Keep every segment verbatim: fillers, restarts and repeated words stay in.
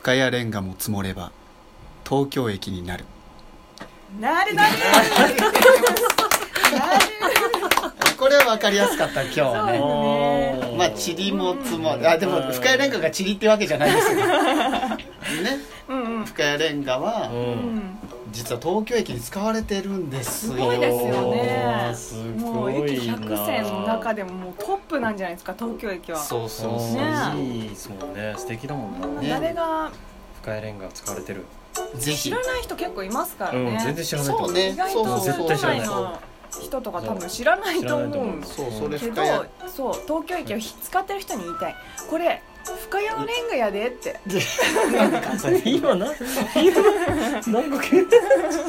深谷レンガも積もれば東京駅になる。 なるなるこれは分かりやすかった今日はね。 ねまあ塵も積もる、あでも深谷レンガが塵ってわけじゃないですよね、 うんうん、 深谷レンガは、 うん、 実は東京駅に使われてるんですよ。 すごいですよね。 すもうごいな。 駅ひゃくせんの中でももうトップなんじゃないですか東京駅は。 そうそうそう、 ね、 いい、そうね、素敵だもんな、 ね、誰が深谷レンガ使われてる。 ぜひ知らない人結構いますからね、 うん、全然知らないと思う。 そうね、 意外と絶対知らないの人とか多分知らないと思う。 そうそれけど、そう東京駅を使ってる人に言いたい。これ深谷レンガやでって今な何個聞いて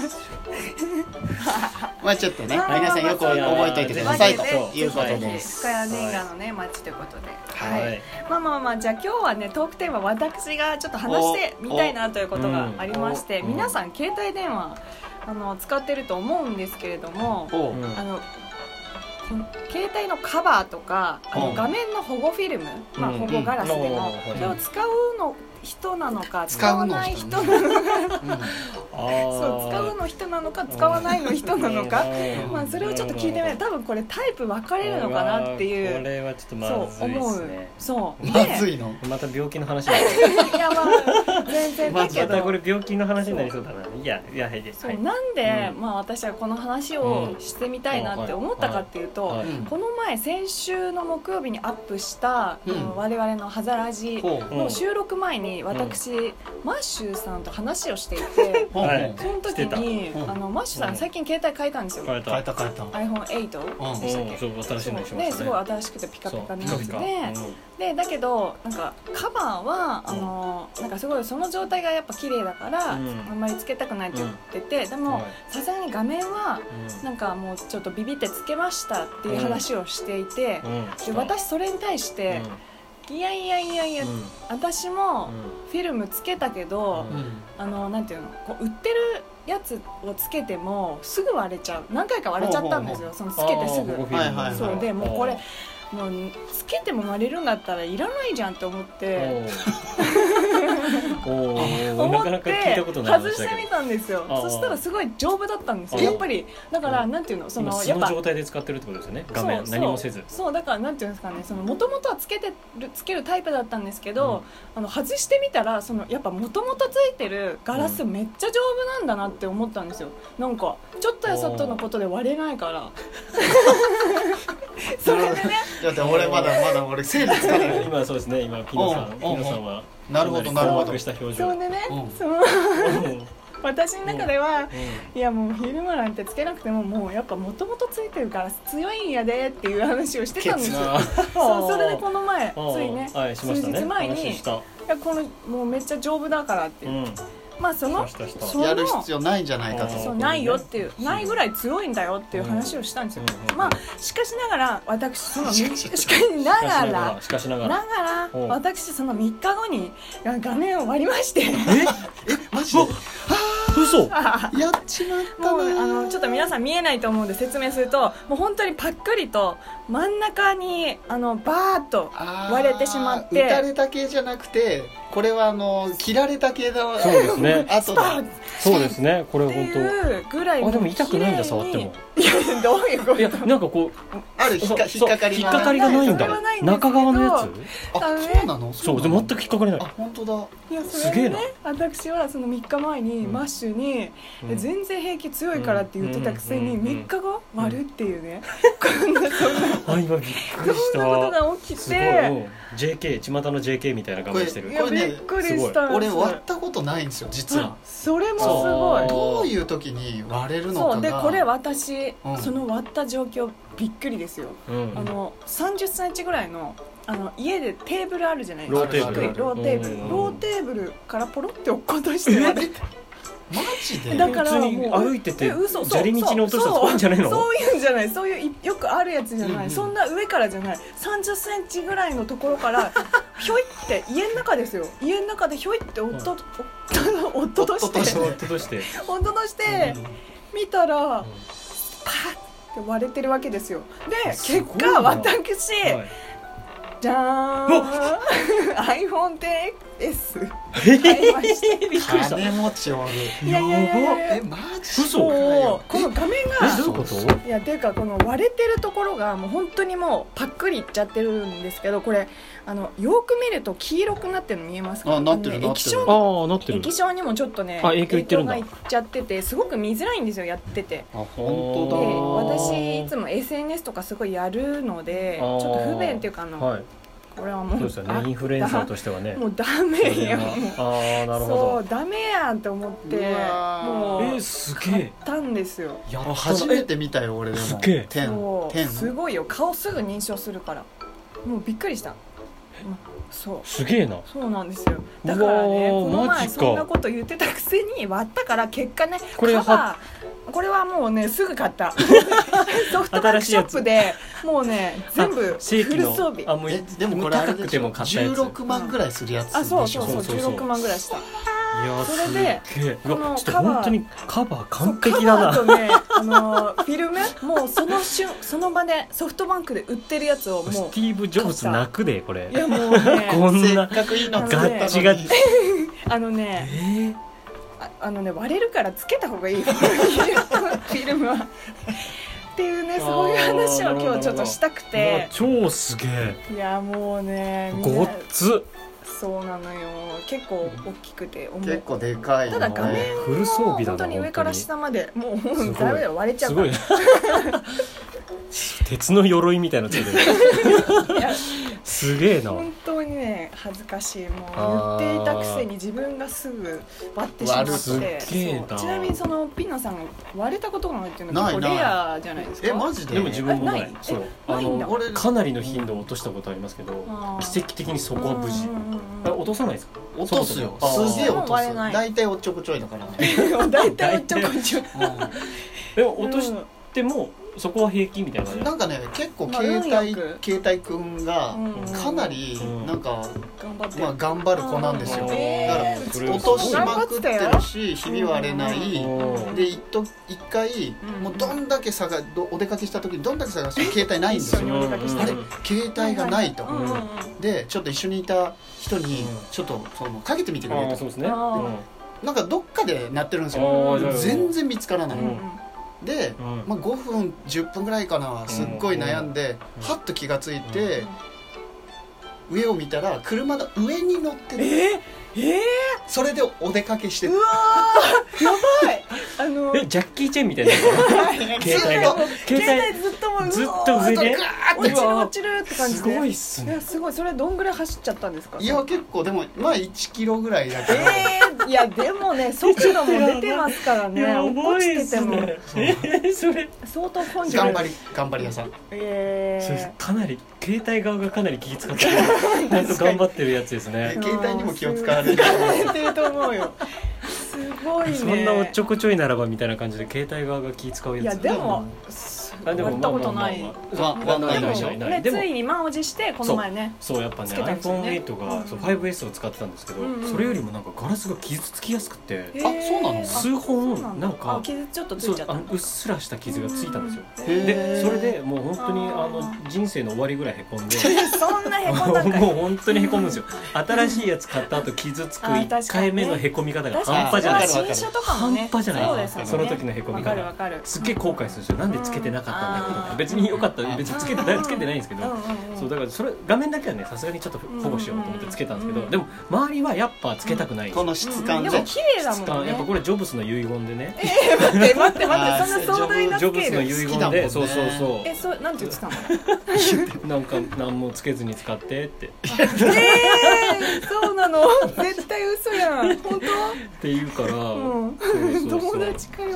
まあちょっとね皆さんよく覚えておいてくださいということです。 深谷レンガのね街ということで、 はい、 はい、まあまあまあじゃあ今日はねトークテーマ私がちょっと話してみたいなということがありまして、皆さん携帯電話あの使ってると思うんですけれども、あの携帯のカバーとかあの画面の保護フィルム、うん、まあ、保護ガラスでも、うん、それを使うの人なのか使わない人なのか、うん、そう使うの人なのか使わないの人なのか、まあ、それをちょっと聞いてみる。多分これタイプ分かれるのかなっていう、 これはちょっとまずいですね。 そう思う。そうまずいのまた病気の話になるいやまあ全然だけど、 またこれ病気の話になりそうだな。いやいやはいです。 そう、なんで、うん、まあ、私はこの話をしてみたいなって思ったかっていうと、はいはい、この前先週の木曜日にアップした、うん、我々のハザラジの収録前に私、うん、マッシュさんと話をしていて、うん、その時に、うん、あのマッシュさん最近携帯変えたんですよ。 変えた変えた変えたアイフォンエイト でしたっけ、 うん、そう新しいのにしましたね。 ですごい新しくてピカピカになってて、でだけどなんかカバーはあのなんかすごいその状態がやっぱ綺麗だから、うん、あんまりつけたくないって言ってて、うん、でもさすがに画面はなんかもうちょっとビビってつけましたっていう話をしていて、うん、で私それに対して、うん、いやいやいやいや、うん、私もフィルムつけたけど、うん、あのなんていうのこう売ってるやつをつけてもすぐ割れちゃう。何回か割れちゃったんですよ。そのつけてすぐ。そうでもうこれもうつけても割れるんだったらいらないじゃんって思って思って外してみたんですよ。そしたらすごい丈夫だったんですよ。やっぱりだからなんていうのそのやっぱその状態で使ってるってことですよね。画面何もせず。 そうだからなんていうんですかね、その元々はつけてるつけるタイプだったんですけど、うん、あの外してみたらそのやっぱ元々ついてるガラスめっちゃ丈夫なんだなって思ったんですよ。なんかちょっとやそっとのことで割れないからそれでねだって俺まだまだ俺整理つかない今そうですね。今ピノさんピノさんはなるほどなるほどそうでね、その私の中ではいやもうフィルムなんてつけなくてももうやっぱもともとついてるから強いんやでっていう話をしてたんですよ。そうそれでこの前ついね数日前にいやこのもうめっちゃ丈夫だからっていう、まあそのやる必要ないんじゃないかと。 そうないよっていうないぐらい強いんだよっていう話をしたんですよ。まあしかしながら私そのしかしながらしかしながら私そのみっかごに画面を割りましてええマジで嘘やっちまったな。 もうあのちょっと皆さん見えないと思うんで説明するともう本当にパックリと真ん中にあのバーッと割れてしまって、 打たれた系じゃなくてこれはあの切られた系だ。 そうですねあとだそうですね。これ本当いうぐらいあでも痛くないんだ触っても。 いやどういうこと。 いやなんかこうある引っか引っかかり引っかかりがないんだ。中側のやつ。 あそうなの。 そうで全く引っかかりない。 あ本当だ。 いやそれでね私はそのみっかまえにマッシュに全然平気強いからって言ってたくせにみっかご割るっていうねこんなそんなあ今びっくりした。 そんなことが起きてすごい ジェーケー 巷の ジェーケー みたいな画面してる。 いやびっくりしたんです。 俺割ったことないんですよ実は。 それもすごい。 どういう時に割れるのかが。 そうでこれ私その割った状況びっくりですよ。あのさんじゅっセンチぐらいのあの家でテーブルあるじゃないですか。 ローテーブルローテーブルローテーブルからポロって落っことして割れてマジでだから普通に歩いてて砂利道に落としたらそういうんじゃないの。 そういうんじゃないそういうよくあるやつじゃない、うん、そんな上からじゃないさんじゅっセンチぐらいのところからひょいって家の中ですよ家の中でひょいって夫、うん、夫として夫として夫として見たら、うん、パッって割れてるわけですよ。で結果私、はいじゃーんアイフォンテンエス 買いましたびっくりした。 金持ちおる。 いやいやいやいやえマジ嘘もうこの画面がえどういうこと？ いやっていうかこの割れてるところがもう本当にもうパックリいっちゃってるんですけど、これあのよく見ると黄色くなってるの見えますか？ あなってるあのね、 なってる。 液晶ああなってる。 液晶にもちょっとねあ影響いってるんだ影響がいっちゃっててすごく見づらいんですよやってて。 あ本当でだ。 私いつも エスエヌエス とかすごいやるのでちあーょっと不便っていうかあの、 はい。 これはもうそうですよね。インフルエンサーとしてはね。 もうダメやんもうああなるほそどう。ダメやんって思ってうわーもうえー、すげえ。 買ったんですよ。 やったな初めて見たよ俺でも。 すげえ天そう天すごいよ顔すぐ認証するからもうびっくりした、まそうすげえな。 そうなんですよ。だからねうわーこの前マジかそんなこと言ってたくせに割ったから結果ねこれカバーこれはもうねすぐ買ったソフトバンクショップでもうね全部正規のフル装備あもうえでもこれあれでしょ高くても買ったやじゅうつ。 ろくまんぐらいするやつでしょ。 あそうそうそうそうそうそうじゅうろくまんぐらいした。 いやそれですげえ。 このうわちょっとカバー本当にカバー完そう璧だな。 カバーとねあのフィルムもうその瞬その場でソフトバンクで売ってるやつをもうスティーブ・ジョブズ泣くでこれい。やもうねこんなせっかくいいの使ったのにガッチガチ。 あのねえーああのね割れるからつけた方がいいフィルムはっていうねそういう話を今日ちょっとしたくうわて超すげえ。 いやもうねみんなごっつ。 そうなのよ結構大きくて重い結構でかいよね。 ただ画面フル装備だな本当に上から下までもうもすごいうダメだよ割れちゃうからすごいな。鉄の鎧みたいなのついてる。 いやすげえな。 本当にね恥ずかしいもう言っていたくせに自分がすぐ割ってしまって割るすっげえなそうちなみにそのピノさんが割れたことがないっていうのは結構ないないレアじゃないですか。 えマジで。 でも自分もなあないい。そうえあないんだの俺かなりの頻度を落としたことありますけどあー奇跡的にそこは無事。 うんうんうんあ落とさないですか？ 落とすよ。 あーすげえ落とす。 割れない大体おっちょこちょいだからね。 うん大体ちょこちょこでも落としてもそこは平気みたいな感じ。 なんかね結構まあ携帯運よく携帯くんがうんかなりうんなんか頑張ってまあ頑張る子なんですよ。 うんえだからーそれ落としまくってるしひび割れない。 うんで一と一回うんもうどんだけ探どお出かけした時にどんだけ探しても携帯ないんですよ。 一緒にお出かけしてあれ携帯がないと。 うんうんうんでちょっと一緒にいた人にうんちょっとそのかけてみてくれと。 ああそうですね。 あーうんなんかどっかで鳴ってるんですあよ。 ーじゃあ全然見つからない。 うんで、 うんまあ、ごふんじゅっぷんぐらいかなすっごい悩んで、 うんはっと気がついて、上を見たら車の上に乗ってる、 えー、えそれでお出かけしてー、うわーやばいあのえジャッキー・チェンみたいな携帯が携携帯ずっともうずっと上でガーって落ちる落ちるって感じすでごいっすねいやすごいそれどんぐらい走っちゃったんですか？ いや結構でもまあいちキロぐらいだけど、 えー、いやでもね速度も出てますからねやば落ちいってすてもねえーそれ相当根性頑張り頑張り屋さん。 えそうですーかなり携帯側がかなり気使って本当頑張ってるやつですね。 携帯にも気を使われる。 やってると思うよすごいねそんなおっちょこちょいならばみたいな感じで携帯側が気使うやつ。 いやでもあでも割ったことないまあまあまあまあまあないないないない。でもでついに満を持してこの前ねそうやっぱねつけたんですよね iPhone エイトがそう ファイブエス を使ってたんですけど、 うんうんそれよりもなんかガラスが傷つきやすくて、 えーあそうなの数そう本なんかあ傷ちょっとつそういちゃったあのうっすらした傷がついたんですよ。 うんへーでそれでもう本当にあーあの人生の終わりぐらいへこんでそんなへこんだんかいもう本当にへこむんですよ。新しいやつ買った後傷つくあーいっかいめのへこみ方が確かに半端じゃないそれは新車とかもね半端じゃないそうですよねその時のへこみわかる方わかるすっげえ後悔するんですよ。なんでつけてなかったんだろうとあーか別に良かったうん別につけてないつけてないんですけど、 うんうんうんそうだからそれ画面だけはねさすがにちょっと保護しようと思ってつけたんですけど、 うんでも周りはやっぱつけたくないんですよ。 この質感ででも綺麗だもんねやっぱこれジョブスの遺言でね、 待って待って待あーってそんな壮大なジョスケールブスの遺言好きだもんねでそうそうそうえそうなんて言ってたのなんか何もつけずに使ってってえー、そうなの絶対嘘やん本当って言うから、 うんそうそうそう友達かよ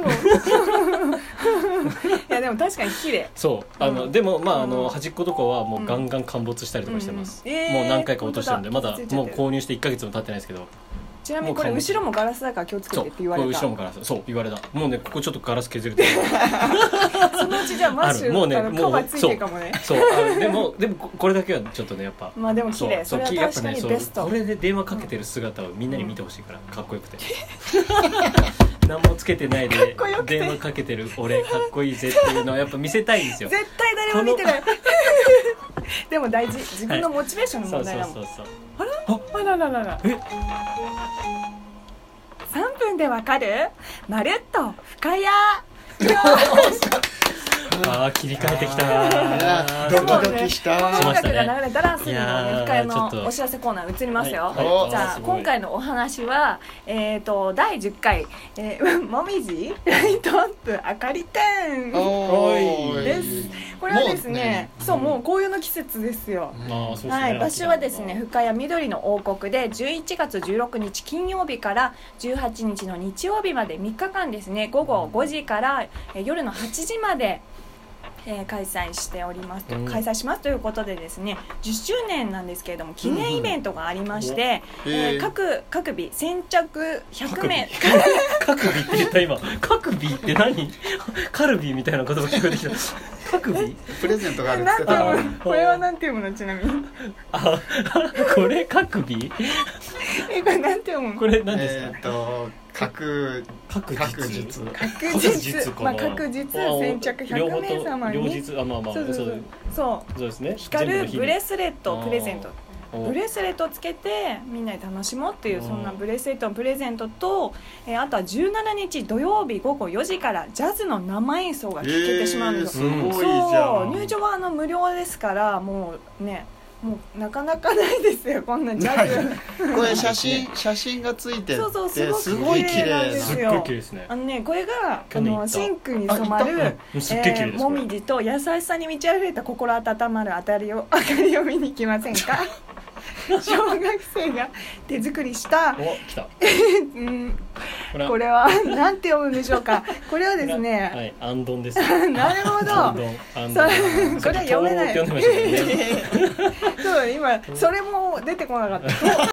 いやでも確かに綺麗そうあの、 うんでもまああのうん端っことかはもうガンガン陥没したりとかしてます、 うんうんえーもう何回か落としてるんでまだ本当だもう購入していっかげつも経ってないですけど、 ちなみにこれ後ろもガラスだから気をつけそうてって言われこれた後ろもガラスそう言われたもうねここちょっとガラス削れてるそのうちじゃあマッシあるもうねュあのカバーついてるかもねそうあでもでもここれだけはちょっとねやっぱまあでも綺麗そそうれは確かやっぱねそうにベストこれで電話かけてる姿をみんなに見てほしいからかっこよくて何もつけてないでかっこよくて電話かけてる俺かっこいいぜっていうのはやっぱ見せたいんですよ。 絶対誰も見てないでも大事、自分のモチベーションの問題だもん。 そうそうそうあらあららららえさんぷんでわかるまるっと深谷。 ああ切り替えてきたあードキドキした。 音楽が流れたらすぐにいやー深谷ちょっとのお知らせコーナー移りますよ、 はいはいじゃあすごい今回のお話は、えー、とだいじゅっかい、えー、もみじライトアップあかり展おーいです。これはですね、 もうねそうもう紅葉の季節ですよ。 あーそうですねはい、場所はですね深谷緑の王国でじゅういちがつじゅうろくにち金曜日からじゅうはちにちの日曜日までみっかかんですね、午後ごじからえー夜のはちじまでえー開催しておりますと、 うん開催しますということでですねじゅっしゅうねんなんですけれども記念イベントがありまして、 うんえーへー各各日先着ひゃくめいカクビって言った今カクビって何カルビみたいな言葉聞こえてきたカクビプレゼントがあるってなんて言ってた。 読むこれはなんて読むのちなみにあこれカクビえこれなんて読むのこれ何ですかえーっと確確確実実確実かなまあ、確実先着ひゃくめいさま両に日あまあまあそうそうそうそうそうですね光るブレスレットをプレゼントおブレスレットをつけてみんなで楽しもうっていううんそんなブレスレットのプレゼントと、えーあとはじゅうしちにち土曜日ごごよじからジャズの生演奏が聴けてしまうんですよ、 えーすごいじゃん。 そう入場はあの無料ですからもうねもうなかなかないですよこんなジャズこれ写真写真がついてそうそうてすすごい綺ごく綺麗なん麗すっですよごい綺麗ですねあのねこれがあ去年行ったの真紅に染まるあ行ったうんすっげえ綺麗えーですもみじと優しさに満ち溢れた心温まるあたりを明かりを見に来ませんか小学生が手作りしたお来たうんこれこれはなんて読むんでしょうか。これはですはね、 いアンドンですなるほアンドど。 ンアンドンそれは読めない。 さっき東宝って読んでましたけどねそう今それも出てこなかった。